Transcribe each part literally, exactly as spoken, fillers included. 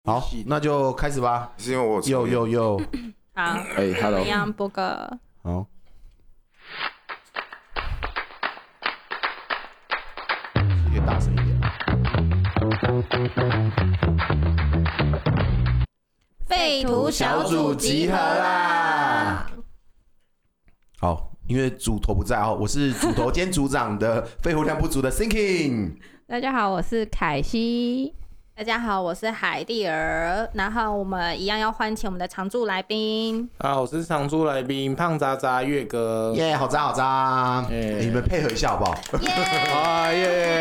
好，那就开始吧。 是因为我有有有， 好， 哎 ，Hello， 一样播个好，可以大声一点。 废图小组集合啦！ 好，因为组头不在哦，我是组头兼组长的肺活量不足的 Thinking。 大家好，我是凯西。大家好，我是海蒂儿。然后我们一样要欢迎我们的常驻来宾。 啊，我是常驻来宾胖渣渣月哥。 耶， yeah, 好渣好渣！欸欸、你们配合一下好不好？ 耶！ 啊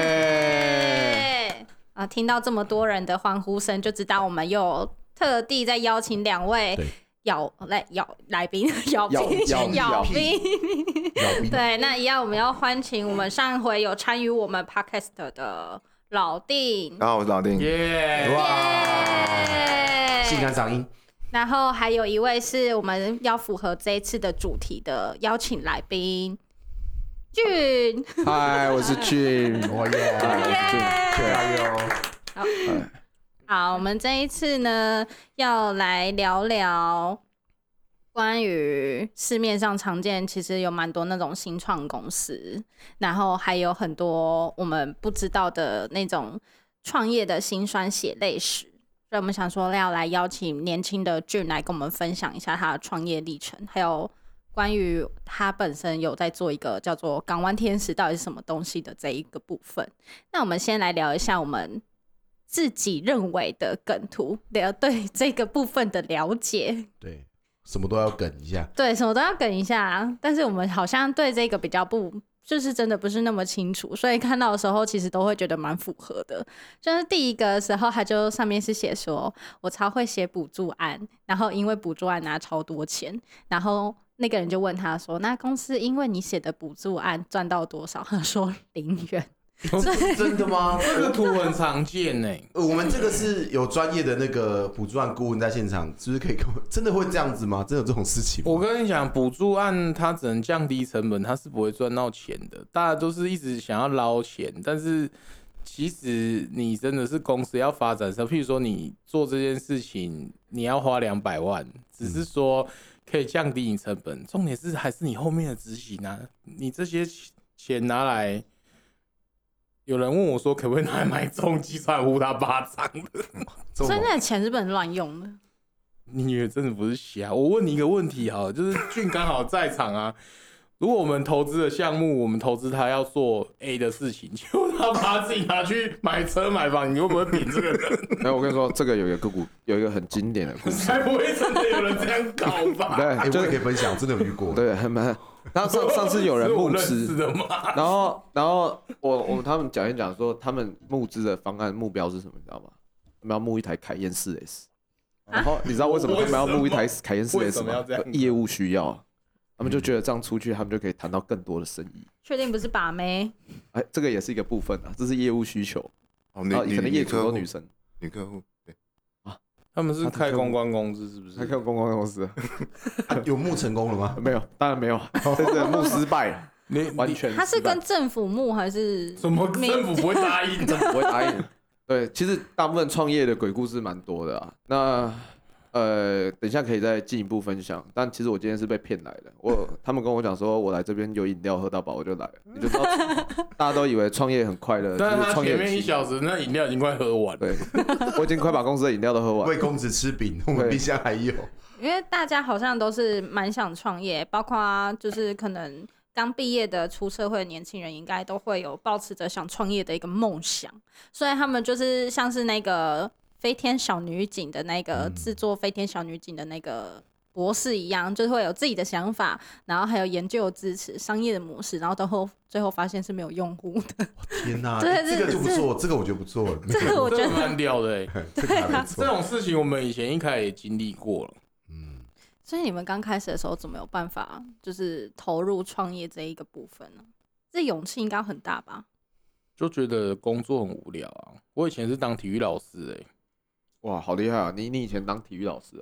耶！ 啊，听到这么多人的欢呼声，就知道我们又特地在邀请两位咬来咬来宾，咬宾咬宾。对，那一样我们要欢迎我们上回有参与我们 podcast 的老丁。 然后我是老丁。 耶！ 哇！性感嗓音。 然后还有一位是我们要符合这一次的主题的邀请来宾。俊， 嗨，我是俊， 我耶， 加油！ 好，好，我们这一次呢，要来聊聊关于市面上常见，其实有蛮多那种新创公司，然后还有很多我们不知道的那种创业的辛酸血泪史。所以我们想说要来邀请年轻的俊来跟我们分享一下他的创业历程，还有关于他本身有在做一个叫做港湾天使到底是什么东西的这一个部分。那我们先来聊一下我们自己认为的梗图，聊对这个部分的了解。 对，什么都要梗一下。 对，什么都要梗一下，但是我们好像对这个比较不，就是真的不是那么清楚，所以看到的时候其实都会觉得蛮符合的。就是第一个的时候，他就上面是写说，我超会写补助案，然后因为补助案拿超多钱，然后那个人就问他说，那公司因为你写的补助案赚到多少？他说零元。 真的吗？ 这个图很常见呢。 我们这个是有专业的那个补助案顾问在现场，就是可以跟我真的会这样子吗？真的有这种事情吗？ 我跟你讲，补助案它只能降低成本，它是不会赚到钱的。大家都是一直想要捞钱，但是其实你真的是公司要发展上，譬如说你做这件事情，你要花两百万，只是说可以降低你成本，重点是还是你后面的执行啊，你这些钱拿来。有人问我说，可不可以拿来买重机出来呼他巴掌的？ 所以那个钱是不能乱用的。 你以为真的不是瞎？我问你一个问题哈，就是俊刚好在场啊。如果我们投资的项目，我们投资他要做 A 的事情，结果他把他自己拿去买车买房，你会不会扁这个人？ 没有，我跟你说，这个有一个故有一个很经典的故事， 才不会真的有人这样搞吧？ 对，欸、我也可以分享，真的有遇过。 对，很蛮。然后上上次有人募资，然后然后我我他们讲一讲说，他们募资的方案目标是什么，你知道吗？他们要募一台凯宴 四 S， 然后你知道为什么他们要募一台凯宴 四 S 吗？业务需要。他们就觉得这样出去，他们就可以谈到更多的生意。 确定不是把妹？ 哎，这个也是一个部分啊，这是业务需求。 哦， 然后可能业主都女生， 女客户，对啊，他们是开公关公司是不是？ 开公关公司， 啊、有募成功了吗？ 没有，当然没有，这个募失败了， 你完全。 他是跟政府募还是什么？政府不会答应， 政府不会答应。对，其实大部分创业的鬼故事蛮多的啊。那呃，等一下可以再进一步分享。但其实我今天是被骗来的。我他们跟我讲说，我来这边有饮料喝到饱，我就来了。你就知道，大家都以为创业很快乐， 但是他前面一小时那饮料已经快喝完了。 对，我已经快把公司的饮料都喝完了。 为公子吃饼，我们冰箱还有。 因为大家好像都是蛮想创业，包括就是可能刚毕业的出社会的年轻人，应该都会有抱持着想创业的一个梦想，所以他们就是像是那个。飞天小女警的那个制作飞天小女警的那个博士一样，就是会有自己的想法，然后还有研究支持商业的模式，然后到后最后发现是没有用户的。 天哪、啊，这个就不错，这个我觉得不错。 这个我觉得蛮屌的、欸， 对啊， 这种事情我们以前一开始也经历过了。 嗯， 所以你们刚开始的时候怎么有办法就是投入创业这一个部分呢？这勇气应该很大吧？ 就觉得工作很无聊啊。我以前是当体育老师哎、欸。 哇，好厉害啊！你你以前当体育老师哦？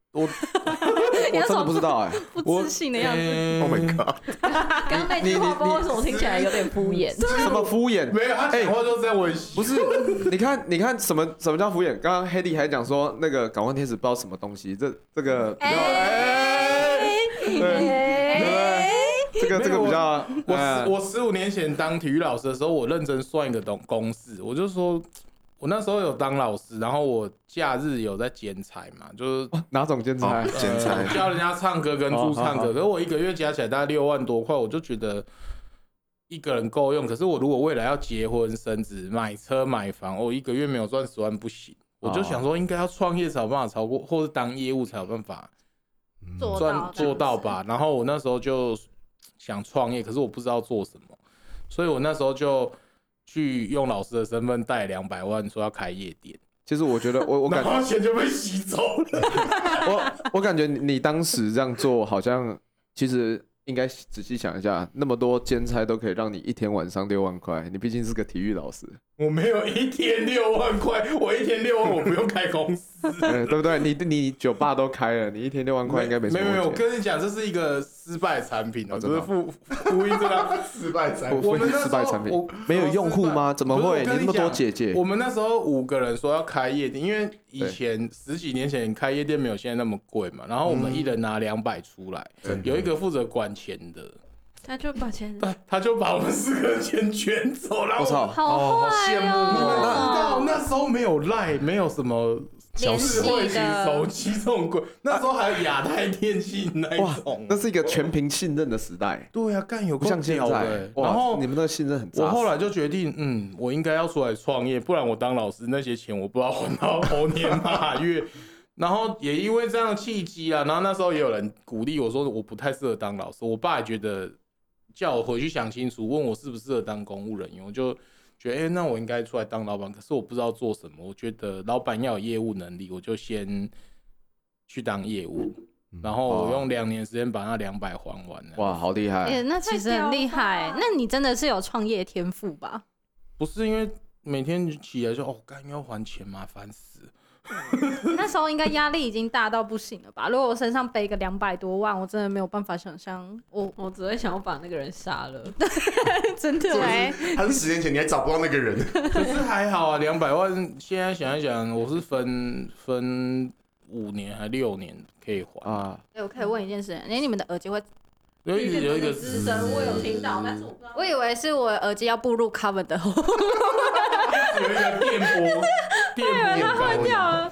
我我真的不知道哎、 欸，不自信的样子。 欸、 Oh my god！ 刚刚那句话不知道为什么听起来有点敷衍。 什么敷衍？ 没有，他讲话都在温习。 不是，你看，你看什么什么叫敷衍？刚刚黑弟还讲说那个港湾天使不知道什么东西，这这个比较哎，对对，这个这个比较。 我十我十五年前当体育老师的时候，我认真算一个公公式，我就说。我那时候有当老师，然后我假日有在兼差嘛，就是、 哦、哪种兼差？ 兼、呃、差教人家唱歌跟助唱歌，哦、可是我一个月加起来大概六万多块，我就觉得一个人够用。可是我如果未来要结婚生子、买车买房，我一个月没有赚十万不行。我就想说，应该要创业才有办法超过，或是当业务才有办法赚做到吧。然后我那时候就想创业，可是我不知道做什么，所以我那时候就。去用老师的身份贷两百万，说要开夜店。 其实我觉得我我感觉钱就被洗走了。 我我感觉你当时这样做，好像其实应该仔细想一下，那么多兼差都可以让你一天晚上六万块。你毕竟是个体育老师。 我没有一天六万块，我一天六万，我不用开公司， 对, 对不对？你你酒吧都开了，你一天六万块应该没什么问题。 没有没有，我跟你讲，这是一个失败产品哦，不是复复印这个失败产品。 我们失败产品没有用户吗？怎么会？你那么多姐姐。 我们那时候五个人说要开夜店，因为以前十几年前开夜店没有现在那么贵嘛，然后我们一人拿两百出来，嗯、有一个负责管钱的。 他就把钱， 对，他就把我们四个钱卷走了。 我操， 好羡慕！你们知道那时候没有赖，没有什么小智慧型手机这种贵，那时候还有亚太电信那一种， 那是一个全凭信任的时代。 对啊，干有不像现在。然后你们那个信任很扎实。 我后来就决定，嗯，我应该要出来创业，不然我当老师那些钱我不知道还到猴年马月。然后也因为这样的契机啊，然后那时候也有人鼓励我说我不太适合当老师，我爸也觉得。叫我回去想清楚，问我适不适合当公务人员，我就觉得，哎、欸，那我应该出来当老板。可是我不知道做什么，我觉得老板要有业务能力，我就先去当业务，然后我用两年时间把那两百还完了。 哇，好厉害！ 哎、欸，那其实很厉害。那你真的是有创业天赋吧？ 不是，因为每天起来就哦，干要还钱嘛，烦死了。 那时候应该压力已经大到不行了吧？如果我身上背个两百多万，我真的没有办法想象。我我只会想要把那个人杀了。 真的哎， 他是十年前你还找不到那个人。 可是还好啊，两百万现在想一想，我是分分五年还六年可以还啊。 哎、欸，我可以问一件事，因为你们的耳机会有一有一个资深，我有听到，但是我不知道。 我以为是我耳机要步入 cover 的。 有一个电波。 对啊，它坏掉了。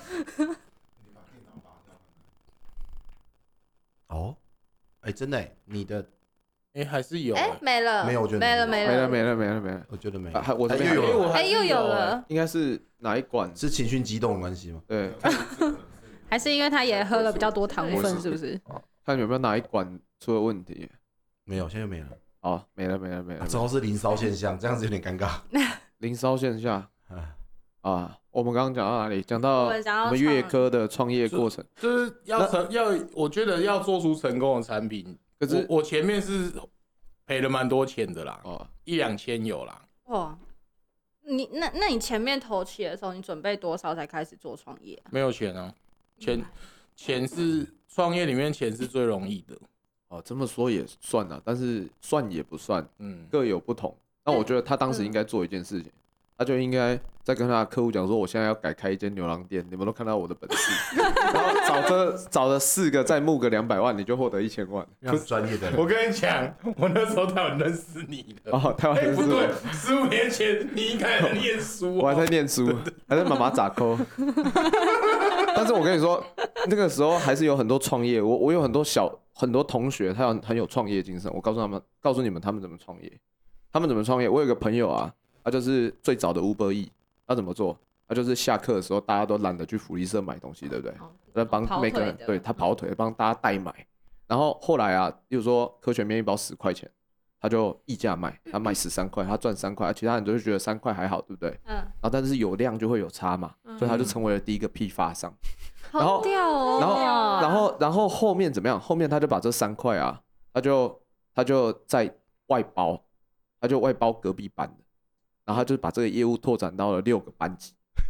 哦，哎，真的，你的， 哎，还是有， 哎，没了， 没有，我觉得没了， 没了，没了，没了，没了， 我觉得没了。我这边又有了， 哎，又有了， 应该是哪一管？ 是情绪激动的关系吗？ 对， 还是因为他也喝了比较多糖分，是不是？ 看有没有哪一管出了问题？ 没有，现在没了。 哦，没了，没了，没了。 之后是零烧现象，这样子有点尴尬。 零烧现象。啊，我们刚刚讲到哪里？讲到我们月科的创业过程， 就, 就是要成要，我觉得要做出成功的产品。可是 我, 我前面是赔了蛮多钱的啦，哦，一两千有啦。 哇，你那那你前面投期的时候，你准备多少才开始做创业、啊？ 没有钱啊，钱钱是创业里面钱是最容易的。 哦，这么说也算啊，但是算也不算，嗯，各有不同。那我觉得他当时应该做一件事情。他就应该在跟他的客户讲说，我现在要改开一间牛郎店，你们都看到我的本事，然后找这找了四个，再募个两百万，你就获得一千万。 很专业的人。 我跟你讲，我那时候他有认识你的。 哦，他有认识我。 不对，十五年前你应该在念书、哦。 我还在念书，还在妈妈咋抠。但是我跟你说，那个时候还是有很多创业，我我有很多小很多同学，他有很有创业精神。我告诉他们，告诉你们他们怎么创业，他们怎么创业。我有个朋友啊。他就是最早的 Uber E， 他怎么做？他就是下课的时候，大家都懒得去福利社买东西，对不对？他帮每个人，对他跑腿，帮大家代买。然后后来啊，比如说科学面一包十块钱，他就溢价卖，他卖十三块，他赚三块，其他人就觉得三块还好，对不对？嗯。然后但是有量就会有差嘛，所以他就成为了第一个批发商。 然后， 然后，然后，然后后面怎么样？后面他就把这三块啊，他就他就在外包，他就外包隔壁班的。然后他就把这个业务拓展到了六个班级，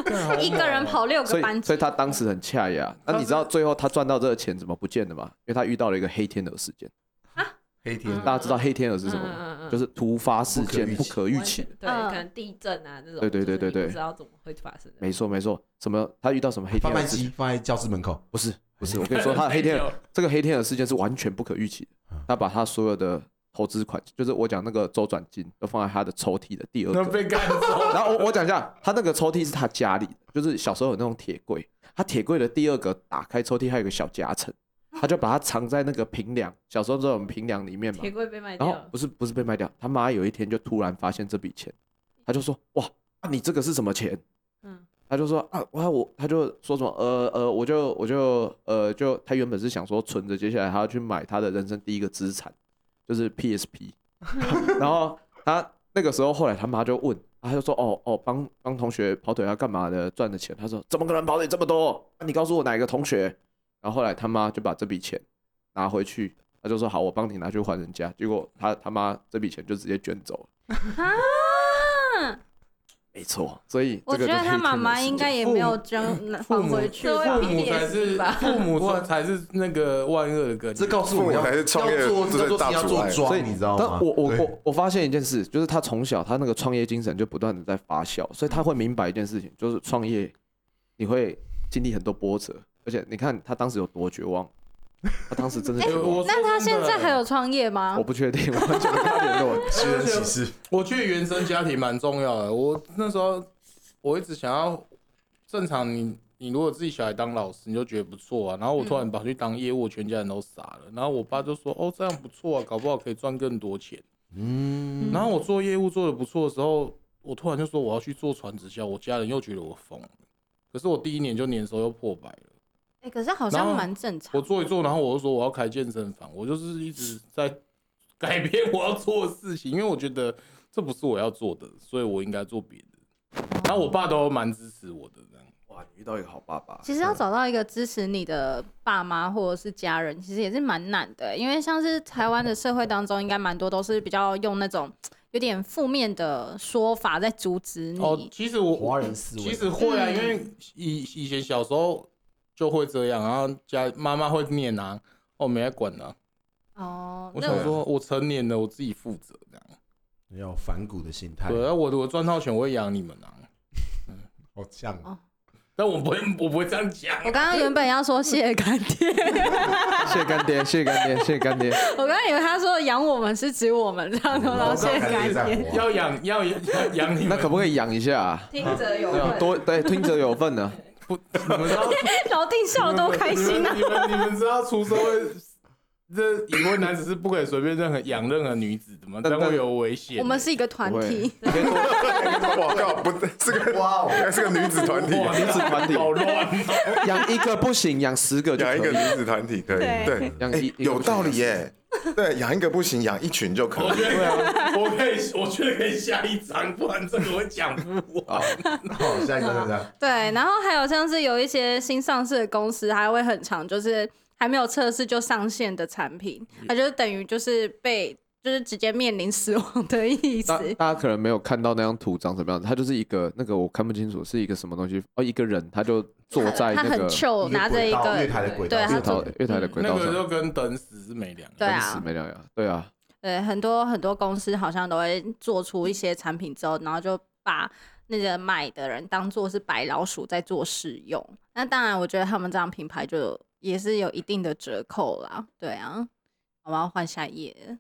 一个人跑六个班级， 所以他当时很恰呀。那你知道最后他赚到这个钱怎么不见的吗？因为他遇到了一个黑天鹅事件。 黑天鹅， 大家知道黑天鹅是什么吗？就是突发事件，不可预期。 对，可能地震啊这种。 对对对对对， 不知道怎么会发生。 没错没错，什么？他遇到什么黑天鹅？ 贩卖机放在教室门口？ 不是不是，我跟你说，他黑天鹅这个黑天鹅事件是完全不可预期的。他把他所有的投资款，就是我讲那个周转金，都放在他的抽屉的第二个。 被赶走。 然后我我讲一下，他那个抽屉是他家里的，就是小时候有那种铁柜，他铁柜的第二个打开抽屉还有个小夹层。他就把它藏在那个平梁，小时候这种平梁里面嘛。 铁柜被卖掉。 然后不是不是被卖掉，他妈有一天就突然发现这笔钱，他就说哇啊你这个是什么钱？嗯，他就说啊哇我他就说什么呃呃我就我就呃就他原本是想说存着，接下来他要去买他的人生第一个资产，就是 P S P。然后他那个时候后来他妈就问，他就说哦哦帮帮同学跑腿要干嘛的赚的钱？他说怎么可能跑腿这么多？啊、你告诉我哪一个同学？然后后来他妈就把这笔钱拿回去，他就说好，我帮你拿去还人家。结果他他妈这笔钱就直接卷走了。啊，没错，所以我觉得他妈妈应该也没有捐还回去， 父母才是父母才是那个万恶的根。 这告诉我们才是创业做大阻碍，所以你知道吗？ 我我我我发现一件事，就是他从小他那个创业精神就不断的在发酵，所以他会明白一件事情，就是创业你会经历很多波折。而且你看他当时有多绝望，他当时真的绝望。 那他现在还有创业吗？ 我不确定，我完全没跟他联络。 私人启事。 我觉得原生家庭蛮重要的。我那时候我一直想要正常你，你你如果自己小孩当老师，你就觉得不错啊。然后我突然跑去当业务，全家人都傻了。然后我爸就说：“哦，这样不错啊，搞不好可以赚更多钱。”嗯。然后我做业务做的不错的时候，我突然就说我要去做传直销，我家人又觉得我疯了。可是我第一年就年收又破百了。 哎、欸，可是好像蛮正常。 我做一做，然后我就说我要开健身房，我就是一直在改变我要做的事情，因为我觉得这不是我要做的，所以我应该做别的。然后我爸都蛮支持我的，这样。 哇，你遇到一个好爸爸。 其实要找到一个支持你的爸妈或者是家人，其实也是蛮难的，因为像是台湾的社会当中，应该蛮多都是比较用那种有点负面的说法在阻止你。 哦，其实我华人思维其实会啊，嗯、因为以以前小时候。就会这样，然后家妈妈会念啊，我没在管啊。 哦， 我想说，我成年了，我自己负责这样。 要反骨的心态。 对啊，我我赚到钱，我会养你们啊。 嗯，好像哦。 但我不会，我不会这样讲。 我刚刚原本要说谢谢干爹， 谢谢干爹，谢谢干爹，谢谢干爹。 我刚刚以为他说养我们是指我们这样，然后谢谢干爹。 要养要养你们， 那可不可以养一下啊？ 听者有份， 多对听者有份呢。 不，你们知道老丁笑得多开心啊！ 你们你们知道出社会，这已婚男子是不可以随便任何养任何女子的吗？这样会有危险。 我们是一个团体。 我靠，不是个哇，是个女子团体， 女子团体好乱。 养一个不行，养十个就养一个女子团体可以，对， 养一有道理耶。对，养一个不行，养一群就可以。 对啊，我可以，我觉得可以下一章，不然这个会讲不完。 好，下一个是这样。 对，然后还有像是有一些新上市的公司，还会很长，就是还没有测试就上线的产品，它就等于就是被。就是直接面临死亡的意思。 大家可能没有看到那张图长什么样子，它就是一个那个我看不清楚是一个什么东西哦，一个人他就坐在那个他很糗，拿着一个月台的轨道， 对， 月台月台的轨道上， 那个就跟等死是没两样， 对啊， 等死没两样，对啊， 对，很多很多公司好像都会做出一些产品之后，然后就把那个买的人当做是白老鼠在做试用。那当然，我觉得他们这样品牌就也是有一定的折扣啦，对啊。我们要换下一页。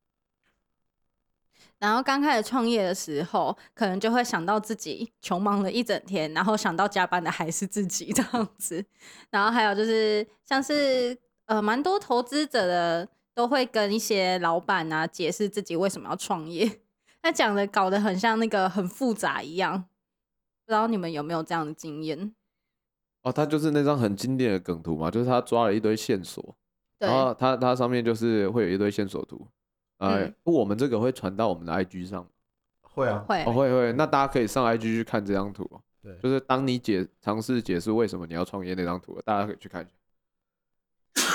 然后刚开始创业的时候，可能就会想到自己穷忙了一整天，然后想到加班的还是自己这样子。然后还有就是像是呃，蛮多投资者的都会跟一些老板啊解释自己为什么要创业，那讲的搞得很像那个很复杂一样。不知道你们有没有这样的经验？ 哦，他就是那张很经典的梗图嘛，就是他抓了一堆线索，然后他他上面就是会有一堆线索图。呃，嗯、我们这个会传到我们的 I G 上， 会啊， 会、 哦，会会。那大家可以上 I G 去看这张图， 对， 就是当你解尝试解释为什么你要创业那张图，大家可以去看一下。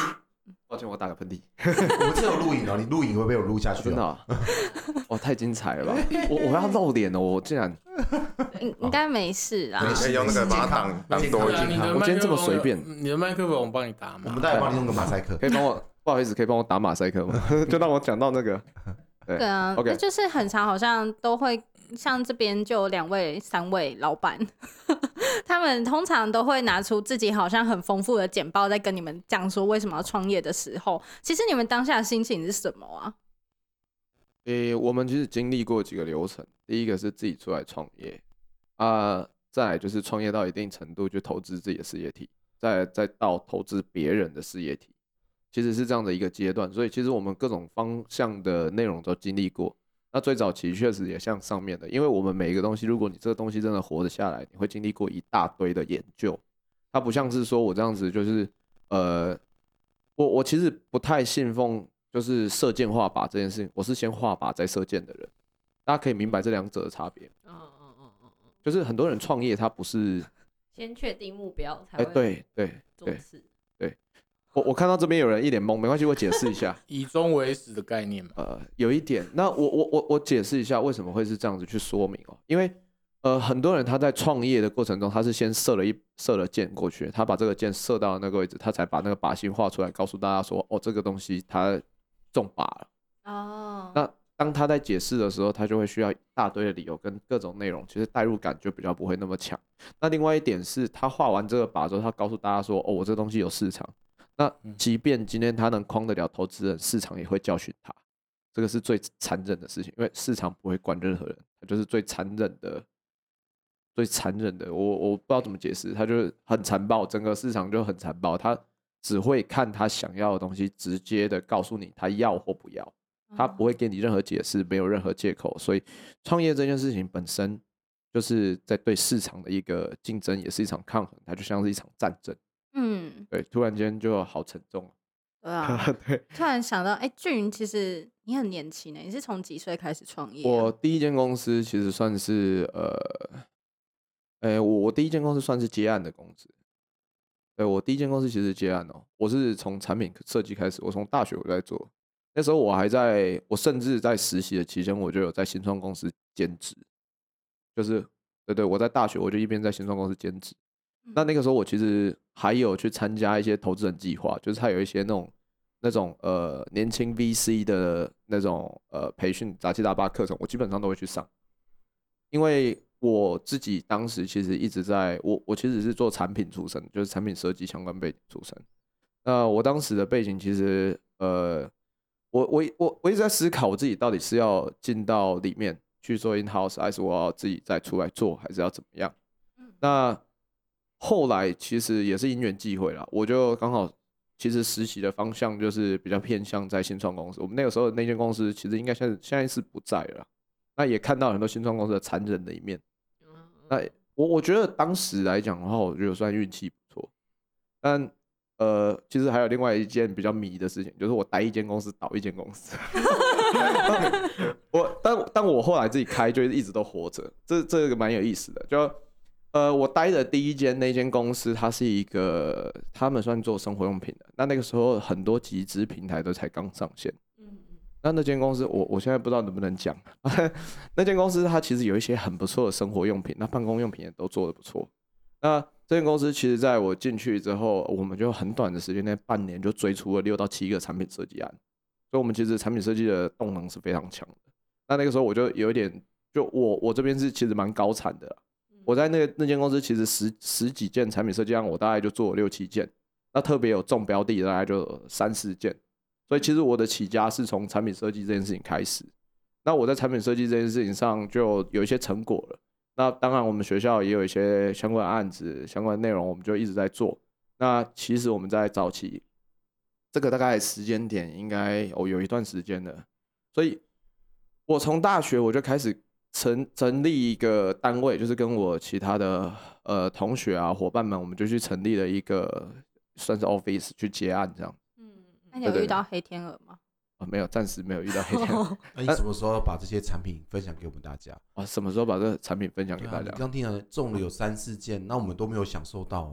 抱歉，我打个喷嚏。 我们这有录影哦，你录影会被我录下去、哦？ 真的、啊？哇，太精彩了吧！我我要露脸哦，我竟然应应该没事啦。 你可以用那个把它挡挡多一点。 我今天这么随便， 你的麦克风我帮你打嘛？ 我们待会帮你弄个马赛克， 可以帮我？不好意思，可以帮我打马赛克吗？就让我讲到那个。 对啊， okay. 那就是很常，好像都会像这边就有两位、三位老板，他们通常都会拿出自己好像很丰富的简报，在跟你们讲说为什么要创业的时候，其实你们当下的心情是什么啊？ 诶、欸，我们其实经历过几个流程，第一个是自己出来创业啊，再来就是创业到一定程度就投资自己的事业体，再再到投资别人的事业体。其实是这样的一个阶段，所以其实我们各种方向的内容都经历过。那最早期确实也像上面的，因为我们每一个东西，如果你这个东西真的活得下来，你会经历过一大堆的研究。它不像是说我这样子，就是呃，我我其实不太信奉就是射箭画靶这件事情，我是先画靶再射箭的人。大家可以明白这两者的差别。 嗯嗯嗯嗯嗯， 就是很多人创业，他不是先确定目标才哎、 会对对对做事。 我我看到这边有人一脸懵，没关系，我解释一下。 以终为始的概念嘛。 呃，有一点，那我我我我解释一下为什么会是这样子去说明哦，因为呃很多人他在创业的过程中，他是先射了一射了箭过去，他把这个箭射到那个位置，他才把那个靶心画出来，告诉大家说，哦，这个东西它中靶了。 哦， 那当他在解释的时候，他就会需要一大堆的理由跟各种内容，其实代入感就比较不会那么强。那另外一点是他画完这个靶之后，他告诉大家说，哦，我这个东西有市场。那即便今天他能框得了投资人，市场也会教训他，这个是最残忍的事情，因为市场不会管任何人，他就是最残忍的、最残忍的。我我不知道怎么解释，他就是很残暴，整个市场就很残暴，他只会看他想要的东西，直接的告诉你他要或不要，他不会给你任何解释，没有任何借口。所以创业这件事情本身就是在对市场的一个竞争，也是一场抗衡，它就像是一场战争。 嗯， 对，突然间就好沉重。 对啊， 对， 突然想到，哎、欸，俊，其实你很年轻呢，你是从几岁开始创业、啊？ 我第一间公司其实算是呃，哎、欸，我我第一间公司算是接案的公司。对，我第一间公司其实接案哦、喔，我是从产品设计开始，我从大学我就在做，那时候我还在，我甚至在实习的期间，我就有在新创公司兼职，就是对对，我在大学我就一边在新创公司兼职。那那个时候我其实还有去参加一些投资人计划，就是他有一些那种那种呃年轻 V C 的那种呃培训杂七杂八课程，我基本上都会去上。因为我自己当时其实一直在我我其实是做产品出身，就是产品设计相关背景出身。那我当时的背景其实呃我我我我一直在思考我自己到底是要进到里面去做 in house， 还是我要自己再出来做，还是要怎么样？那后来其实也是因缘际会啦，我就刚好其实实习的方向就是比较偏向在新创公司。我们那个时候的那间公司其实应该现在现在是不在了，那也看到很多新创公司的残忍的一面。那我我觉得当时来讲的话，我觉得算运气不错。但呃，其实还有另外一件比较迷的事情，就是我待一间公司倒一间公司。我但但我后来自己开，就一直都活着，这这个蛮有意思的。就呃，我待的第一间那间公司，它是一个他们算做生活用品的。那那个时候很多集资平台都才刚上线。那那间公司我我现在不知道能不能讲。那间公司它其实有一些很不错的生活用品，那办公用品也都做得不错。那这间公司其实在我进去之后，我们就很短的时间内，半年就追出了六到七个产品设计案。所以我们其实产品设计的动能是非常强的。那那个时候我就有一点，就我我这边是其实蛮高产的啦。我在那个那间公司，其实十十几件产品设计案，我大概就做了六七件。那特别有中标的，大概就三四件。所以其实我的起家是从产品设计这件事情开始。那我在产品设计这件事情上就有一些成果了。那当然，我们学校也有一些相关的案子、相关的内容，我们就一直在做。那其实我们在早期，这个大概时间点应该哦有一段时间了。所以，我从大学我就开始。成成立一个单位，就是跟我其他的呃同学啊伙伴们，我们就去成立了一个算是 office 去接案这样。 嗯，那你有遇到黑天鹅吗？ 啊，没有，暂时没有遇到黑天鹅。 那你什么时候把这些产品分享给我们大家？ 啊，什么时候把这个产品分享给大家？ 啊、你刚听了中了有三四件，那我们都没有享受到啊。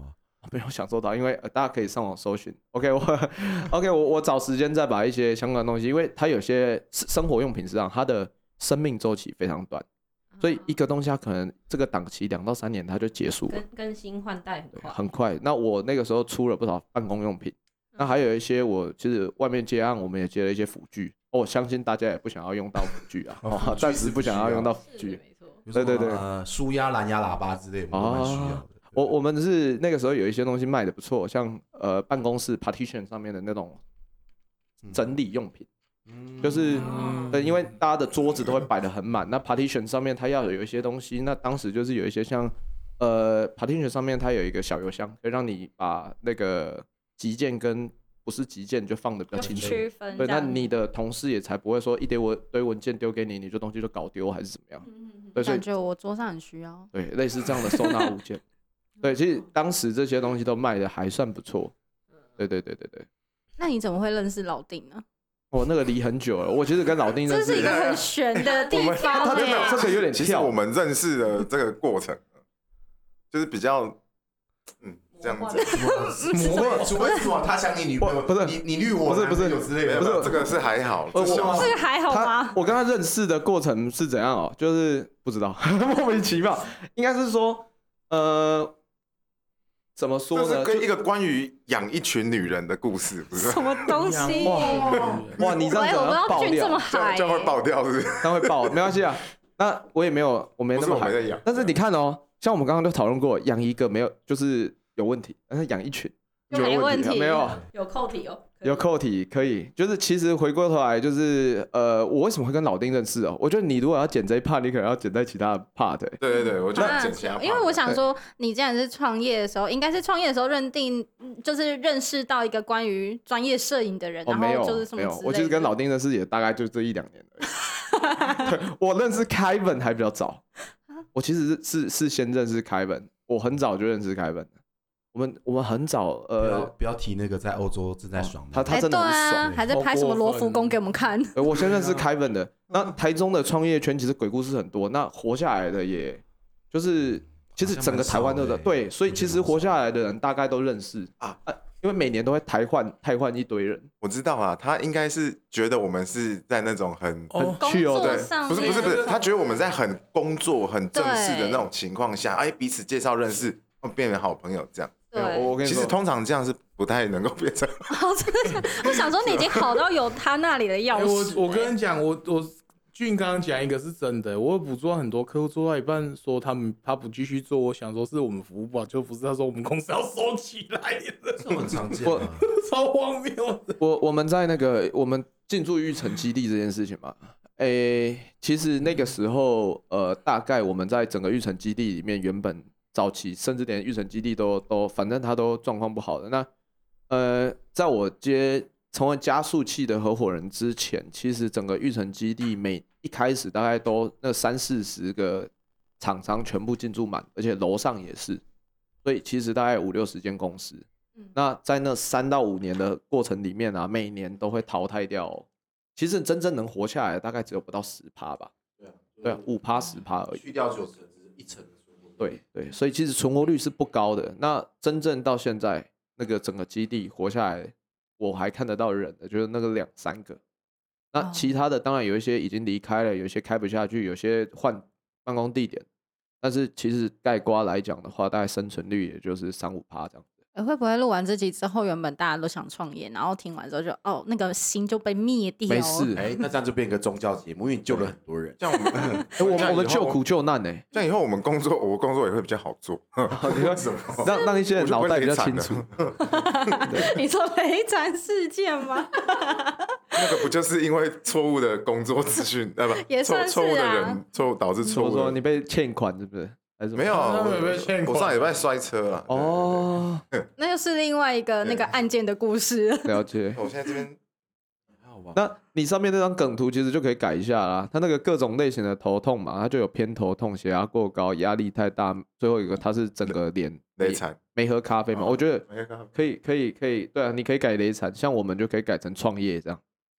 没有享受到，因为、呃、大家可以上网搜寻。OK， 我 OK， 我我找时间再把一些相关的东西，因为它有些生活用品市场，它的生命周期非常短，所以一个东西它可能这个档期两到三年它就结束了， 更更新换代很快， 很快。那我那个时候出了不少办公用品，那还有一些我其实外面接案，我们也接了一些辅具。哦，我相信大家也不想要用到辅具啊，哦，暂时不想要用到辅具。对对对， 呃，舒压、蓝牙喇叭之类，我们蛮需要的。 我我们是那个时候有一些东西卖的不错，像呃办公室 partition 上面的那种整理用品，嗯、就是、嗯、呃因为大家的桌子都会摆得很满，那 partition 上面它要有一些东西，那当时就是有一些像呃 partition 上面它有一个小邮箱，可以让你把那个急件跟不是急件就放的比较清楚， 区分。 对，那你的同事也才不会说一堆文堆文件丢给你，你就东西就搞丢还是怎么样？ 嗯、 对，所以感觉我桌上很需要。 对，类似这样的收纳物件。对，其实当时这些东西都卖的还算不错。对对对对对。 那你怎么会认识老丁呢？ 我那个离很久了，我其实跟老丁认识， 这是一个很玄的地方、欸。 他真的这个有点跳。 其实我们认识的这个过程，就是比较，嗯，这样子。 除非除非是往他想你女朋友， 不是你你绿我， 不是不是有之类的， 不是这个是还好。 我这个还好吗？ 我跟他认识的过程是怎样哦？就是不知道，莫名其妙。应该是说，呃。怎么说呢？ 这是跟一个关于养一群女人的故事，不是？ 什么东西？ 哇哇！你这样子要爆掉， 这样这样会爆掉，是不是？ 这样会爆，没关系啊。那我也没有，我没那么嗨。 但是你看哦，像我们刚刚都讨论过，养一个没有就是有问题，但是养一群就有问题，没有有扣题哦。 有扣题可以，就是其实回过头来，就是呃，我为什么会跟老丁认识哦？我觉得你如果要剪这一 part， 你可能要剪在其他的 part、欸。 对对对，我就剪其他 part。 因为我想说，你既然是创业的时候，应该是创业的时候认定，就是认识到一个关于专业摄影的人， 哦、 然后就是什么之类的。 没有，我其实跟老丁认识也大概就这一两年而已。对，我认识 Kevin 还比较早，我其实是是是先认识 Kevin， 我很早就认识 Kevin。我们我们很早呃， 不要不要提那个在欧洲正在爽的， 他他真的很爽、欸啊，还在拍什么罗浮宫给我们看。 我先认识 Kevin 的，那台中的创业圈其实鬼故事很多，那活下来的也就是其实整个台湾都的、欸、对，所以其实活下来的人大概都认识啊，啊因为每年都会汰换汰换一堆人。 我知道啊，他应该是觉得我们是在那种很很去哦， 对，不是不是不是，他觉得我们在很工作很正式的那种情况下，哎，彼此介绍认识，变成好朋友这样。 我跟你说， 其实通常这样是不太能够变成。 哦，真的，我想说你已经好到有他那里的钥匙、欸欸。我我跟你讲，我我俊刚刚讲一个是真的，我有捕捉很多客户做到一半说他们他不继续做，我想说是我们服务不好，就不是他说我们公司要收起来的， 这很常见、啊， 超荒谬的。 我我们在那个我们进驻育成基地这件事情嘛，诶、欸，其实那个时候呃，大概我们在整个育成基地里面原本。早期甚至连育成基地都都，反正他都状况不好的。那呃，在我接成为加速器的合伙人之前，其实整个育成基地每一开始大概都那三四十个厂商全部进驻满，而且楼上也是，所以其实大概五六十间公司。嗯、那在那三到五年的过程里面啊，每年都会淘汰掉、哦。其实真正能活下来的大概只有不到十趴吧。对啊，对啊，五趴十趴而已。 去掉九成，只是一成。 对对，所以其实存活率是不高的。那真正到现在，那个整个基地活下来，我还看得到人的，就是那个两三个。那其他的当然有一些已经离开了，有一些开不下去，有些换办公地点。但是其实概括来讲的话，大概生存率也就是三五趴这样。 欸、会不会录完这集之后，原本大家都想创业，然后听完之后就哦，那个心就被灭掉了。 没事， 哎、欸，那这样就变一个宗教节目，因为你救了很多人。 像我们， 欸、我们我们救苦救难呢、欸。 这样以后我们工作，我工作也会比较好做。 你说什么？让让一些人脑袋比较清楚。 你说雷惨事件吗？ 那个不就是因为错误的工作资讯，对吧？ 也算是啊。 错误的人，错误导致错误。 说你被欠款是不是？ 没有，我, 我上礼拜摔车了。 哦， 那又是另外一个那个案件的故事。 了解。 我现在这边， 那你上面那张梗图其实就可以改一下啦。它那个各种类型的头痛嘛，它就有偏头痛、血压过高、压力太大，最后一个它是整个脸雷惨， 没喝咖啡嘛？哦、我觉得没喝咖啡可以，可以，可以。对啊，你可以改雷惨，像我们就可以改成创业这样。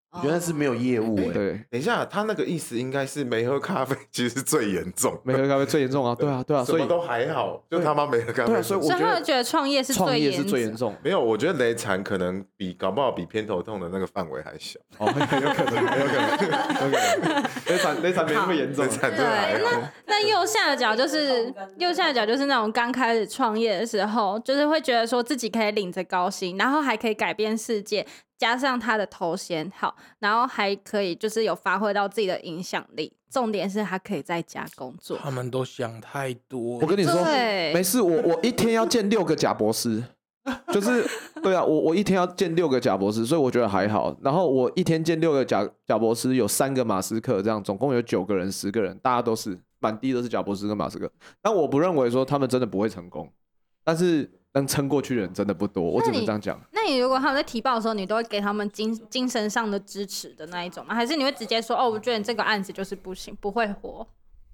原来是没有业务哎。 对， 等一下，他那个意思应该是没喝咖啡，其实是最严重， 没喝咖啡最严重啊，对啊，对啊，所以什么都还好，就他妈没喝咖啡。 对啊，所以我所以他觉得们觉得创业是创最严业是最严重。 重。 没有，我觉得雷残可能比搞不好比偏头痛的那个范围还小。 哦，有可能，有可能，有可能，雷残雷残没那么严重雷。残真的还好。 那右下角就是右下角就是那种刚开始创业的时候，就是会觉得说自己可以领着高薪，然后还可以改变世界，加上他的头衔好，然后还可以就是有发挥到自己的影响力。重点是他可以在家工作。 他们都想太多。 我跟你说， 对没事，我我一天要见六个贾博士，就是对啊，我我一天要见六个贾博士，所以我觉得还好。然后我一天见六个贾贾博士，有三个马斯克，这样总共有九个人、十个人，大家都是满地都是贾博士跟马斯克。但我不认为说他们真的不会成功，但是能撑过去的人真的不多，我只能这样讲。 那你如果他们在提报的时候，你都会给他们精精神上的支持的那一种吗？还是你会直接说，哦，我觉得你这个案子就是不行，不会活？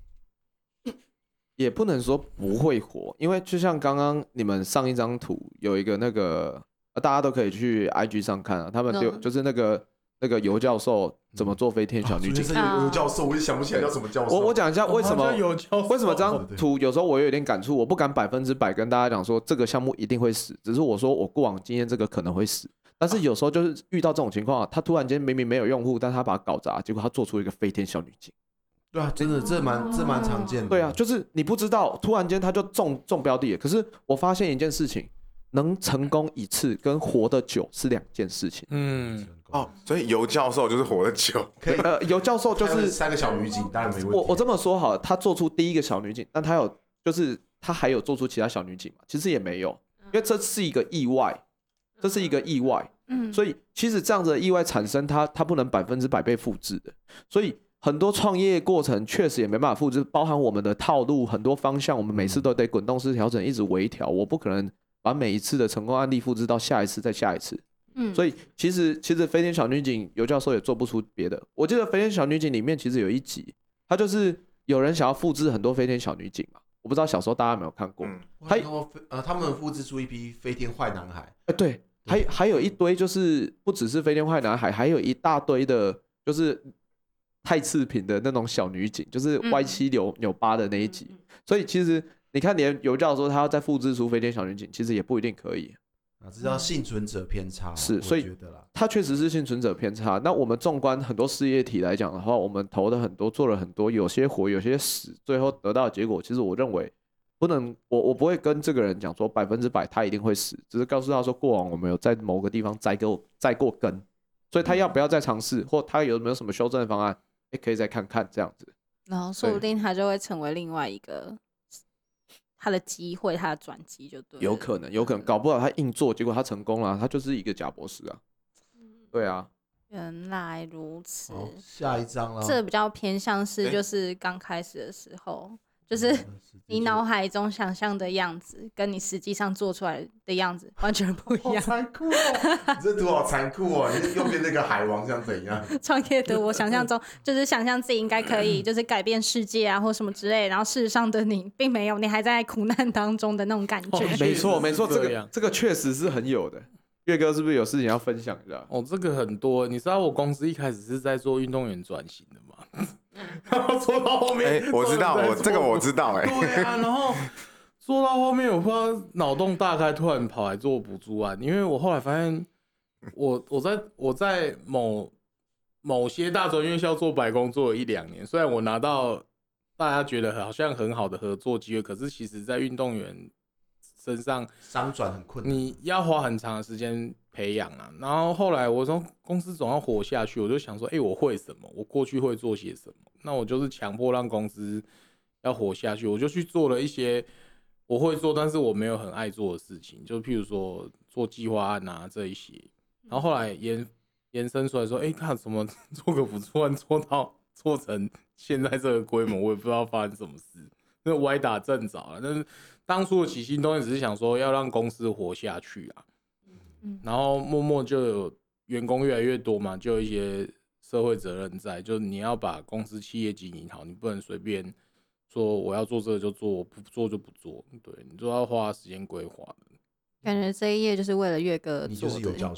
也不能说不会活，因为就像刚刚你们上一张图有一个那个，呃大家都可以去 I G 上看啊，他们就、 嗯、 就是那个那个尤教授怎么做飞天小女警。 啊、尤教授，我也想不起来叫什么教授。 我我讲一下为什么、 哦、 为什么这张图有时候我有点感触，我不敢百分之百跟大家讲说这个项目一定会死，只是我说我过往经验这个可能会死。但是有时候就是遇到这种情况，他突然间明明没有用户，但他把它搞砸，结果他做出一个飞天小女警。 对啊，真的这蛮这蛮常见的。 对啊，就是你不知道，突然间他就中中标的了。可是我发现一件事情，能成功一次跟活得久是两件事情。 嗯， 哦，所以尤教授就是活得久。 可以， 呃，尤教授就是三个小女警，当然没问题。 我我这么说好了，他做出第一个小女警，但他有就是他还有做出其他小女警吗？其实也没有，因为这是一个意外，这是一个意外。嗯，所以其实这样子的意外产生它，它不能百分之百被复制的，所以很多创业过程确实也没办法复制，包含我们的套路很多方向，我们每次都得滚动式调整，一直微调，我不可能把每一次的成功案例复制到下一次再下一次。嗯，所以其实其实飞天小女警尤教授也做不出别的。我记得飞天小女警里面其实有一集，他就是有人想要复制很多飞天小女警嘛，我不知道小时候大家有没有看过。嗯， 还呃他们复制出一批飞天坏男孩。 哎、欸，对。还还有一堆就是不只是飞天坏男孩，还有一大堆的，就是太次品的那种小女警，就是歪七扭扭八的那一集。所以其实你看，连尤教授他要再复制出飞天小女警，其实也不一定可以。 啊，这叫幸存者偏差。 是，所以他确实是幸存者偏差。那我们纵观很多事业体来讲的话，我们投的很多，做了很多，有些活，有些死，最后得到的结果，其实我认为。不能，我我不会跟这个人讲说百分之百他一定会死，只是告诉他说过往我们有在某个地方栽过栽过根，所以他要不要再尝试，或他有没有什么修正的方案，也可以再看看这样子。 然后说不定他就会成为另外一个他的机会，他的转机就对了。 有可能，有可能，搞不好他硬做，结果他成功了，他就是一个贾博士啊。对啊。 原来如此。 下一张了。 这比较偏向是就是刚开始的时候。就是你脑海中想象的样子，跟你实际上做出来的样子完全不一样。 好残酷哦！你这图好残酷哦！你右边那个海王像怎样？ 创业的我想象中就是想象自己应该可以，就是改变世界啊，或什么之类。然后事实上的你并没有，你还在苦难当中的那种感觉。 哦、没错，没错，这个这个确实是很有的。岳哥是不是有事情要分享一下？ 哦，这个很多。你知道我公司一开始是在做运动员转型的吗？然后做到后面， 哎、欸，我知道，我这个我知道、欸，哎， 对啊，然后做到后面，我不知道脑洞大开，突然跑来做补助案，因为我后来发现我，我我在我在某某些大专院校做白工做了一两年，虽然我拿到大家觉得好像很好的合作机会，可是其实在运动员身上商转很困难， 你要花很长的时间培养啊。然后后来我说公司总要活下去，我就想说，哎、欸，我会什么？我过去会做些什么？那我就是强迫让公司要活下去，我就去做了一些我会做，但是我没有很爱做的事情，就譬如说做计划案啊这一些。然后后来延延伸出来说，哎、欸，看怎么做个补助案做到做成现在这个规模，我也不知道发生什么事，那歪打正着了。但是当初的起心动念只是想说要让公司活下去啊，然后默默就有员工越来越多嘛，就有一些社会责任在，就是你要把公司企业经营好，你不能随便说我要做这个就做，我不做就不做，对，你都要花时间规划的。 感觉这一页就是为了岳哥做的。 你就是有教授。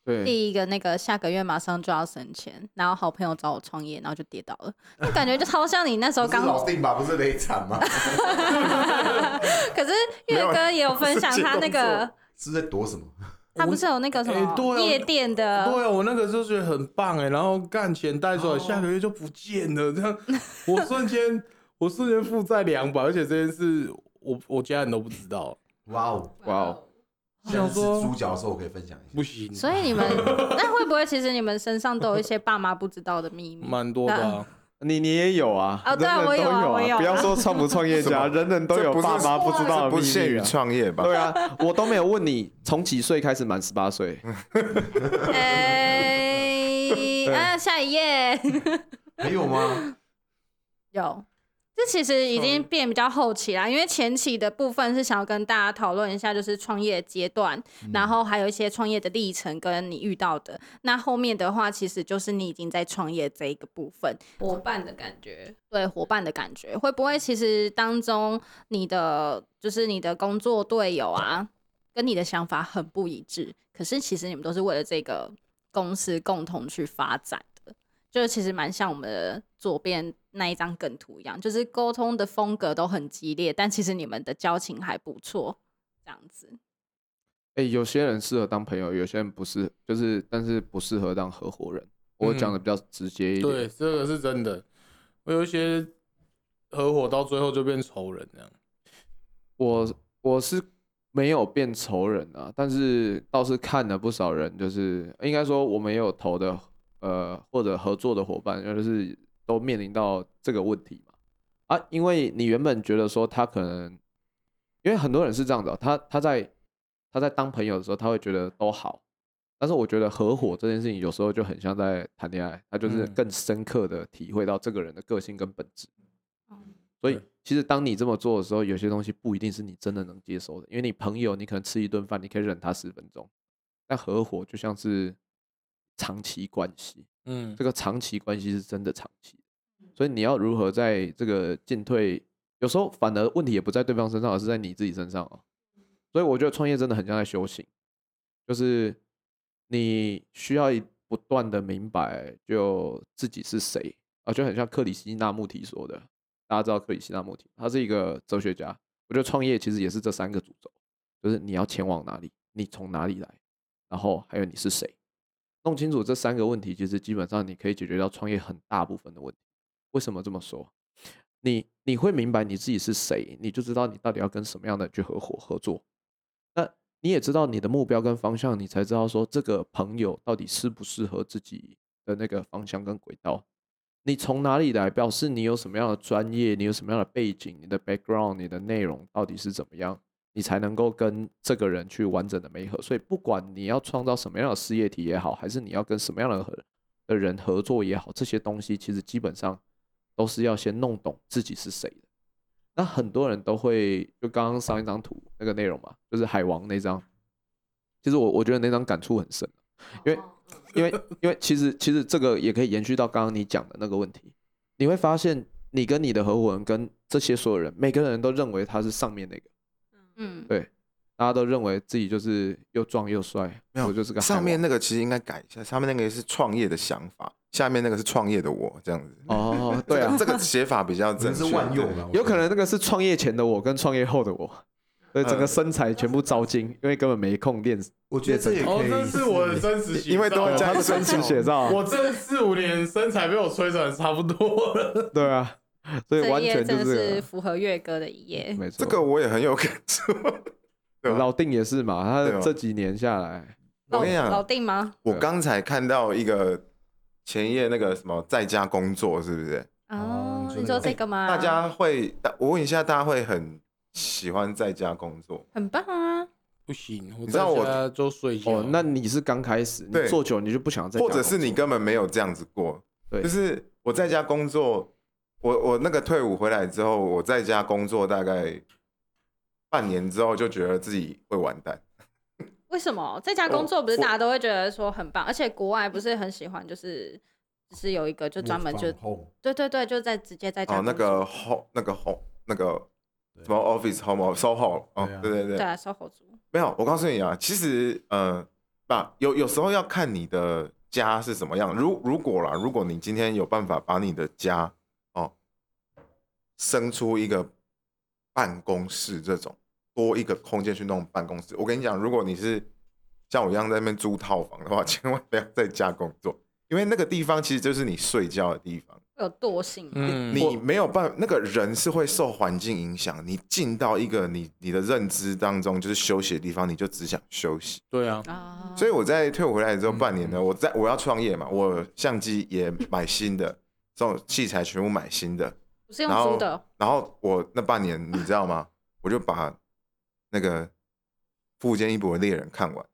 对， 第一个那个下个月马上就要省钱，然后好朋友找我创业，然后就跌倒了，那感觉就超像你那时候刚老定吧，不是雷惨吗？ 可是岳哥也有分享他那个是在躲什么？ 他不是有那个什么欸对啊夜店的？ 对啊，我那个时候觉得很棒哎，然后干钱带出来，下个月就不见了，这样我瞬间我瞬间负债两百，而且这件事我我家人都不知道。 哇哦哇哦， 想说主角的时候我可以分享一下。 不行， 所以你们那会不会其实你们身上都有一些爸妈不知道的秘密？ 蛮多的啊。 你你也有啊？ 哦对啊人人都我有啊我有啊不要说创不创业家，人人都有爸妈不知道的秘密啊。 不限于创业吧？ 对啊，我都没有问你从几岁开始满十八岁。 哎，啊，下一页还有吗？ 有。这其实已经变比较后期啦，因为前期的部分是想要跟大家讨论一下，就是创业阶段， 嗯、 然后还有一些创业的历程跟你遇到的。那后面的话，其实就是你已经在创业这一个部分， 伙伴的感觉， 对伙伴的感觉，会不会其实当中你的就是你的工作队友啊，跟你的想法很不一致，可是其实你们都是为了这个公司共同去发展的，就是其实蛮像我们的左边那一张梗图一样，就是沟通的风格都很激烈，但其实你们的交情还不错，这样子。 哎、欸，有些人适合当朋友，有些人不是，就是但是不适合当合伙人。我讲的比较直接一点、嗯。 对，这个是真的。我有一些合伙到最后就变仇人这样。 我我是没有变仇人啊，但是倒是看了不少人，就是应该说我们也有投的呃或者合作的伙伴，就是都面临到这个问题嘛。啊，因为你原本觉得说他可能，因为很多人是这样的、喔，他他在他在当朋友的时候，他会觉得都好。但是我觉得合伙这件事情有时候就很像在谈恋爱，他就是更深刻的体会到这个人的个性跟本质。嗯、所以其实当你这么做的时候，有些东西不一定是你真的能接受的，因为你朋友你可能吃一顿饭，你可以忍他十分钟，但合伙就像是长期关系，嗯，这个长期关系是真的长期，所以你要如何在这个进退，有时候反而问题也不在对方身上，而是在你自己身上哦。所以我觉得创业真的很像在修行，就是你需要不断的明白就自己是谁啊，就很像克里希那穆提说的，大家知道克里希那穆提，他是一个哲学家。我觉得创业其实也是这三个主轴，就是你要前往哪里，你从哪里来，然后还有你是谁。弄清楚这三个问题，其实基本上你可以解决掉创业很大部分的问题。为什么这么说？你你会明白你自己是谁，你就知道你到底要跟什么样的人去合伙合作。那你也知道你的目标跟方向，你才知道说这个朋友到底适不适合自己的那个方向跟轨道。你从哪里来，表示你有什么样的专业，你有什么样的背景，你的 background， 你的内容到底是怎么样，你才能够跟这个人去完整的媒合。所以不管你要创造什么样的事业体也好，还是你要跟什么样的的人合作也好，这些东西其实基本上都是要先弄懂自己是谁的。那很多人都会，就刚刚上一张图那个内容嘛，就是海王那张，其实我我觉得那张感触很深，因为因为因为其实其实这个也可以延续到刚刚你讲的那个问题，你会发现你跟你的合伙人跟这些所有人，每个人都认为他是上面那个，嗯，对，大家都认为自己就是又壮又帅， 没有， 我就是个上面那个其实应该改一下，上面那个是创业的想法，下面那个是创业的我，这样子。 哦，对啊， 这个写法比较正确， 是万用的， 有可能那个是创业前的我跟创业后的我。所以整个身材全部糟精，因为根本没空练。 我觉得这也可以， 哦，这是我的真实写照， 因为都会加一真实写照。 我这四五年身材被我摧残差不多了。 对啊，所以完全就是、 这一页真的是符合岳哥的一页。 没错， 这个我也很有感触。 老定也是嘛，他这几年下来， 我跟你讲， 老定吗？ 我刚才看到一个前一页那个什么在家工作，是不是？ 哦，你说这个吗？ 大家会，我问一下，大家会很喜欢在家工作？ 很棒啊！ 不行， 你知道我就睡觉。 哦，那你是刚开始，你做久你就不想在家工作， 或者是你根本没有这样子过。 对， 就是我在家工作，我我那个退伍回来之后，我在家工作大概半年之后，就觉得自己会完蛋。 为什么在家工作不是大家都会觉得说很棒，而且国外不是很喜欢，就是就是有一个就专门就对对对，就在直接在家哦那个 home 那个 home 那个什么 office home soho 哦，对对对对啊 soho 族。 没有，我告诉你啊，其实呃， 吧，有有时候要看你的家是什么样。如如果啦，如果你今天有办法把你的家哦生出一个办公室这种多一个空间去弄办公室，我跟你讲，如果你是像我一样在那边租套房的话，千万不要在家工作，因为那个地方其实就是你睡觉的地方。 有惰性， 嗯， 你没有办法，那个人是会受环境影响。你进到一个你你的认知当中，就是休息的地方，你就只想休息。 对啊， 啊所以我在退伍回来之后半年呢，我在我要创业嘛，我相机也买新的，这种器材全部买新的， 不是用租的。 然后我那半年你知道吗？我就把那个富坚义博的猎人看完。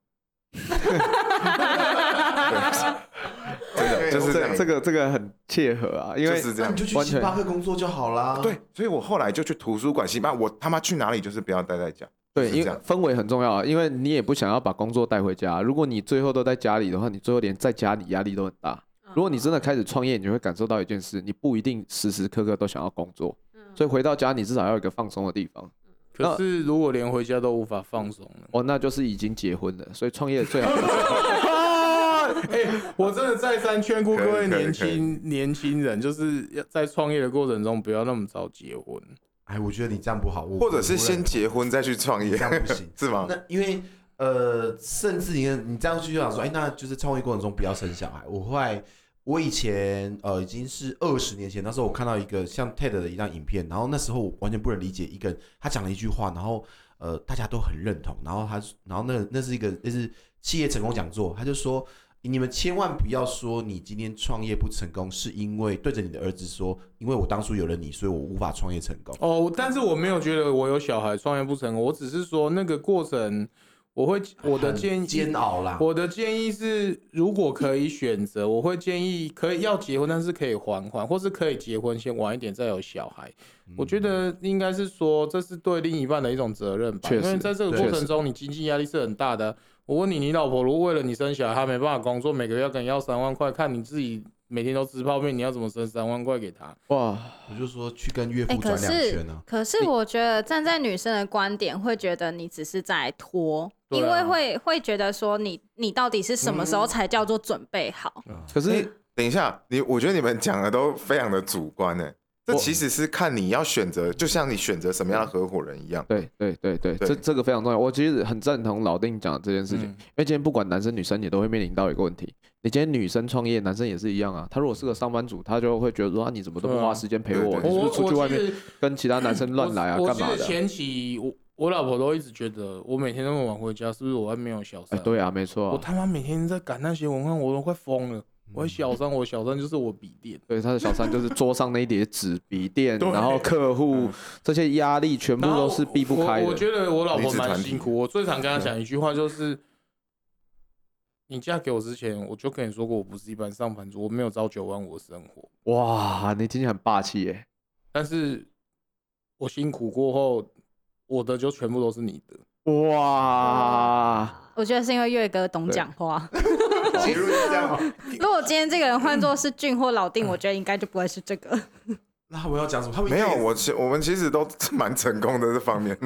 真的就是这样， 这个这个很切合啊，因为就是这样， 你就去星巴克工作就好啦。 对，所以我后来就去图书馆、星巴克，我他妈去哪里就是不要待在家。 对，因为氛围很重要啊，因为你也不想要把工作带回家。如果你最后都在家里的话，你最后连在家里压力都很大。如果你真的开始创业，你就会感受到一件事，你不一定时时刻刻都想要工作，所以回到家你至少要有一个放松的地方。 可是如果连回家都无法放松了， 哦，那就是已经结婚了。所以创业最好。 哎、欸，我真的再三劝顾各位年轻年轻人，就是在创业的过程中不要那么早结婚。 哎，我觉得你这样不好， 或者是先结婚再去创业， 这样不行， 是吗？ 那因为呃，甚至你你这样去就想说，哎，那就是创业过程中不要生小孩。我后来，我以前呃已经是二十年前，那时候我看到一个像 T E D 的一张影片，然后那时候我完全不能理解一个人他讲了一句话，然后呃大家都很认同，然后他然后那那是一个那是企业成功讲座，他就说。你们千万不要说你今天创业不成功，是因为对着你的儿子说，因为我当初有了你，所以我无法创业成功。 哦，但是我没有觉得我有小孩创业不成功，我只是说那个过程，我会我的建议煎熬啦。 我的建议是，如果可以选择，我会建议可以要结婚，但是可以缓缓，或是可以结婚先晚一点再有小孩。嗯、我觉得应该是说，这是对另一半的一种责任吧，因为在这个过程中，你经济压力是很大的。我问你，你老婆如果为了你生小孩，她没办法工作，每个月要跟你要三万块，看你自己每天都吃泡面，你要怎么生三万块给她？哇！ 我就说去跟岳父转两圈呢、啊。 可是我觉得站在女生的观点，会觉得你只是在拖，啊、因为会会觉得说你你到底是什么时候才叫做准备好？ 嗯、 可是、欸、 等一下，你我觉得你们讲的都非常的主观呢。这其实是看你要选择，就像你选择什么样的合伙人一样。 对对对 对, 对，这这个非常重要。我其实很赞同老丁讲的这件事情，嗯、因为今天不管男生女生也都会面临到一个问题。你今天女生创业，男生也是一样啊。他如果是个上班族，他就会觉得说啊，你怎么都不花时间陪我？ 对对对你是不是出去外面跟其他男生乱来啊？干嘛的？ 前期我我老婆都一直觉得我每天那么晚回家，是不是我外面有小三？ 哎，对啊，没错、啊。 我他妈每天在赶那些文案，我都快疯了。我小三，我小三就是我笔电， 对，他的小三就是桌上那一叠纸、笔电，然后客户这些压力全部都是避不开的。 我, 我觉得我老婆蛮辛苦，我最常跟她讲一句话就是：你嫁给我之前，我就跟你说过，我不是一般上班族，我没有朝九晚五的生活。 哇，你听起来很霸气耶！ 但是我辛苦过后，我的就全部都是你的。 哇， 我觉得是因为岳哥懂讲话。 结论是这样吗？ 如果今天这个人换作是俊或老丁，我觉得应该就不会是这个。 那他们要讲什么？他们没有，我其我们其实都蛮成功的这方面。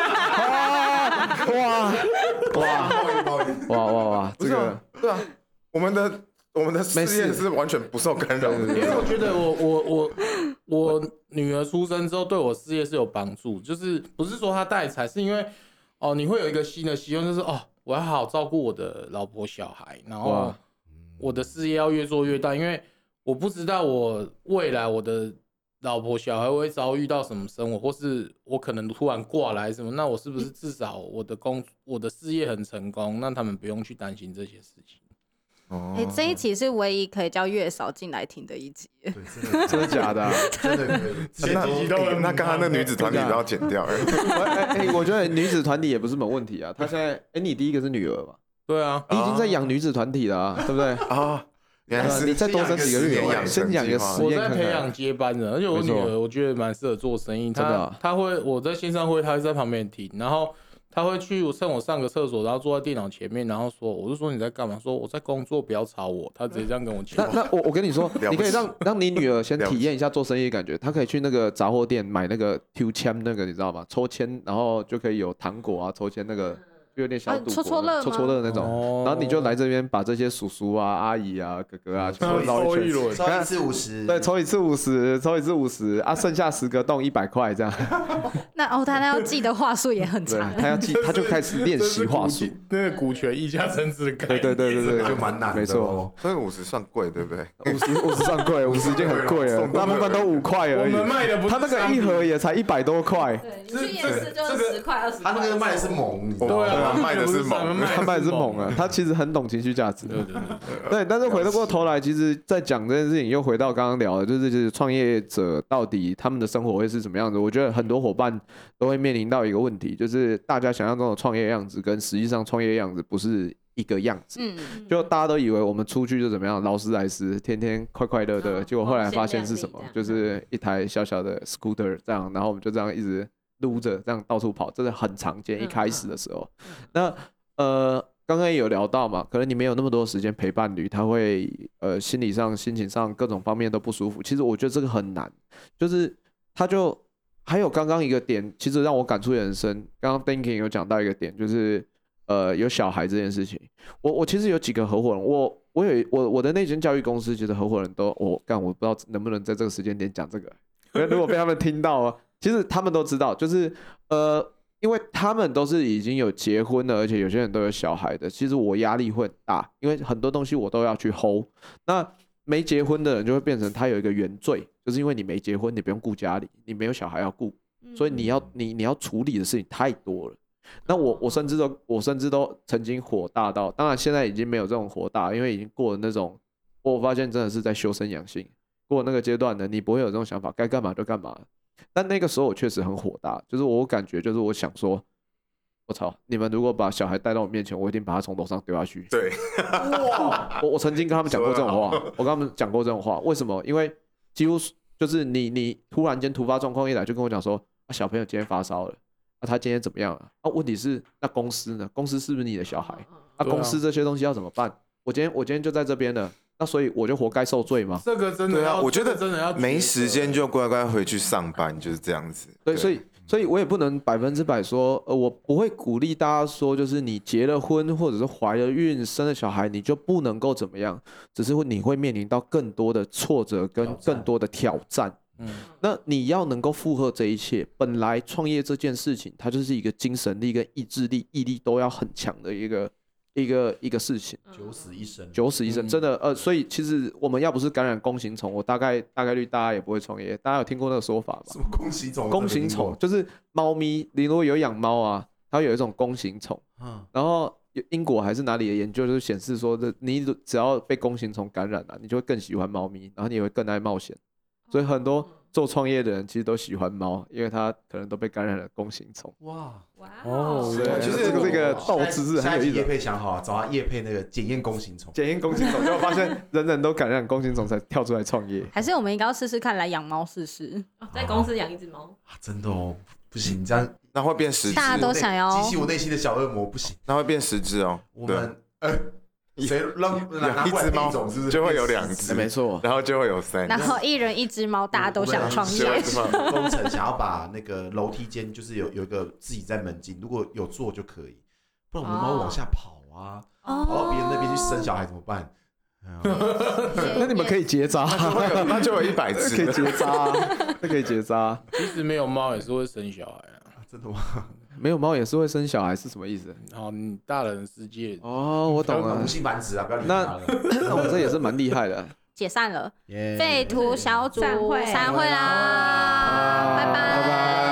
哇哇哇哇哇！这个对啊，我们的我们的事业是完全不受干扰的。 因为我觉得我我我我女儿出生之后，对我事业是有帮助。就是不是说她带财，是因为哦，你会有一个新的希望，就是哦。我要好好照顾我的老婆小孩，然后我的事业要越做越大，因为我不知道我未来我的老婆小孩会遭遇到什么生活，或是我可能突然挂来什么，那我是不是至少我的工我的事业很成功，那他们不用去担心这些事情。 哦，欸、这一集是唯一可以叫月嫂进来听的一集。 对，真的真的假的、啊？ 真的可以。 那欸、那刚刚那女子团体都要剪掉哎、 欸欸。我觉得女子团体也不是什么问题啊。她现在，哎、欸，你第一个是女儿嘛？ 对啊， 你已经在养女子团体了、啊，对不对？ 啊，原来是你再多生几个月，先养一个实验看看。 我在培养接班人，而且我女儿我觉得蛮适合做生意。她啊、 她会我在线上会，她会在旁边听，然后。他会去趁我上个厕所，然后坐在电脑前面，然后说：“我就说你在干嘛？”说：“我在工作，不要吵我。”他直接这样跟我讲。 那那我我跟你说，你可以让让你女儿先体验一下做生意的感觉。她可以去那个杂货店买那个抽签那个，你知道吗？抽签，然后就可以有糖果啊，抽签那个有点小赌博， 戳戳乐， 戳戳乐那种。 哦、 然后你就来这边把这些叔叔啊、阿姨啊、哥哥啊全部抽一轮， 抽一次五十， 对，抽一次五十，抽一次五十啊，剩下十个洞一百块这样。 那哦，他要记的话术也很长， 他要记，他就开始练习话术， 那个股权溢价增值的概念， 对对对对对， 就蛮难的， 没错。 所以五十算贵，对不对？ 五十五十算贵，五十已经很贵了，大部分都五块而已。 我们卖的不是他那个一盒也才一百多块。 对，你去夜市就是十块二十块。 他那个卖的是萌， 对啊，卖的是萌， 他卖的是萌啊，他其实很懂情绪价值。对对对。对，但是回过头来，其实在讲这件事情，又回到刚刚聊的，就是就是创业者到底他们的生活会是什么样子？我觉得很多伙伴都会面临到一个问题，就是大家想象中的创业样子跟实际上创业样子不是一个样子。嗯，就大家都以为我们出去就怎么样，劳斯莱斯，天天快快乐乐，结果后来发现是什么？就是一台小小的 scooter 这样，然后我们就这样一直撸着，这样到处跑，真的很常见。一开始的时候，那呃。刚刚也有聊到嘛，可能你没有那么多时间陪伴侣，他会呃心理上、心情上各种方面都不舒服。其实我觉得这个很难，就是他就还有刚刚一个点，其实让我感触也很深。刚刚 Thinking 有讲到一个点，就是呃有小孩这件事情。我我其实有几个合伙人，我我有我我的那间教育公司，其实合伙人都我干，我不知道能不能在这个时间点讲这个，因为如果被他们听到啊，其实他们都知道，就是呃。因为他们都是已经有结婚了，而且有些人都有小孩的，其实我压力会很大，因为很多东西我都要去 hold。那没结婚的人就会变成他有一个原罪，就是因为你没结婚，你不用顾家里，你没有小孩要顾，所以你要你你要处理的事情太多了。那我我甚至都我甚至都曾经火大到，当然现在已经没有这种火大，因为已经过了那种，我发现真的是在修身养性，过了那个阶段呢，你不会有这种想法，该干嘛就干嘛。但那个时候我确实很火大，就是我感觉就是我想说，我操，你们如果把小孩带到我面前，我一定把他从楼上丢下去。 对， 哇，我我曾经跟他们讲过这种话，我跟他们讲过这种话，为什么？因为几乎就是你你突然间突发状况一来，就跟我讲说，啊，小朋友今天发烧了，啊，他今天怎么样了？啊，问题是那公司呢？公司是不是你的小孩？啊，公司这些东西要怎么办？我今天我今天就在这边了。那所以我就活该受罪吗？ 这个真的要， 啊、我觉得真的要没时间就乖乖回去上班，就是这样子。 对，对所以所以我也不能百分之百说，呃，我不会鼓励大家说，就是你结了婚或者是怀了孕、生了小孩，你就不能够怎么样，只是你会面临到更多的挫折跟更多的挑战。嗯，那你要能够负荷这一切，本来创业这件事情，它就是一个精神力跟意志力、毅力都要很强的一个。一个一个事情， 九死一生， 九死一生，真的，呃，所以其实我们要不是感染弓形虫，我大概大概率大家也不会创业。大家有听过那个说法吗？ 什么弓形虫？ 弓形虫就是猫咪，你如果有养猫啊，它有一种弓形虫，嗯，然后英国还是哪里的研究就是显示说，你只要被弓形虫感染了、啊，你就会更喜欢猫咪，然后你也会更爱冒险。所以很多做创业的人其实都喜欢猫，因为他可能都被感染了弓形虫。 哇哇哦，对， 就是这个这个斗志是很有意思。 业配想好啊，找他业配那个检验弓形虫， 检验弓形虫，结果发现人人都感染弓形虫才跳出来创业。 还是我们应该要试试看，来养猫试试， 在公司养一只猫啊，真的哦，不行，这样那会变十只， 大家都想要激起我内心的小恶魔，不行， 那会变十只哦。 我们呃。谁扔一只猫是不是就会有两只？ 没错， 然后就会有三。 然后一人一只猫，大家都想创业。 工程想要把那个楼梯间就是有有一个自己在门禁，如果有做就可以，不然我们猫往下跑啊，跑到别人那边去生小孩怎么办？ 那你们可以结扎， 那就有一百只， 可以结扎，那可以结扎。 其实没有猫也是会生小孩啊， 真的吗？ 没有猫也是会生小孩是什么意思？ 哦，你大人世界哦，我懂了， 无性繁殖啊，不要理他了。那我这也是蛮厉害的。 解散了，废图小组散会散会啦，拜拜。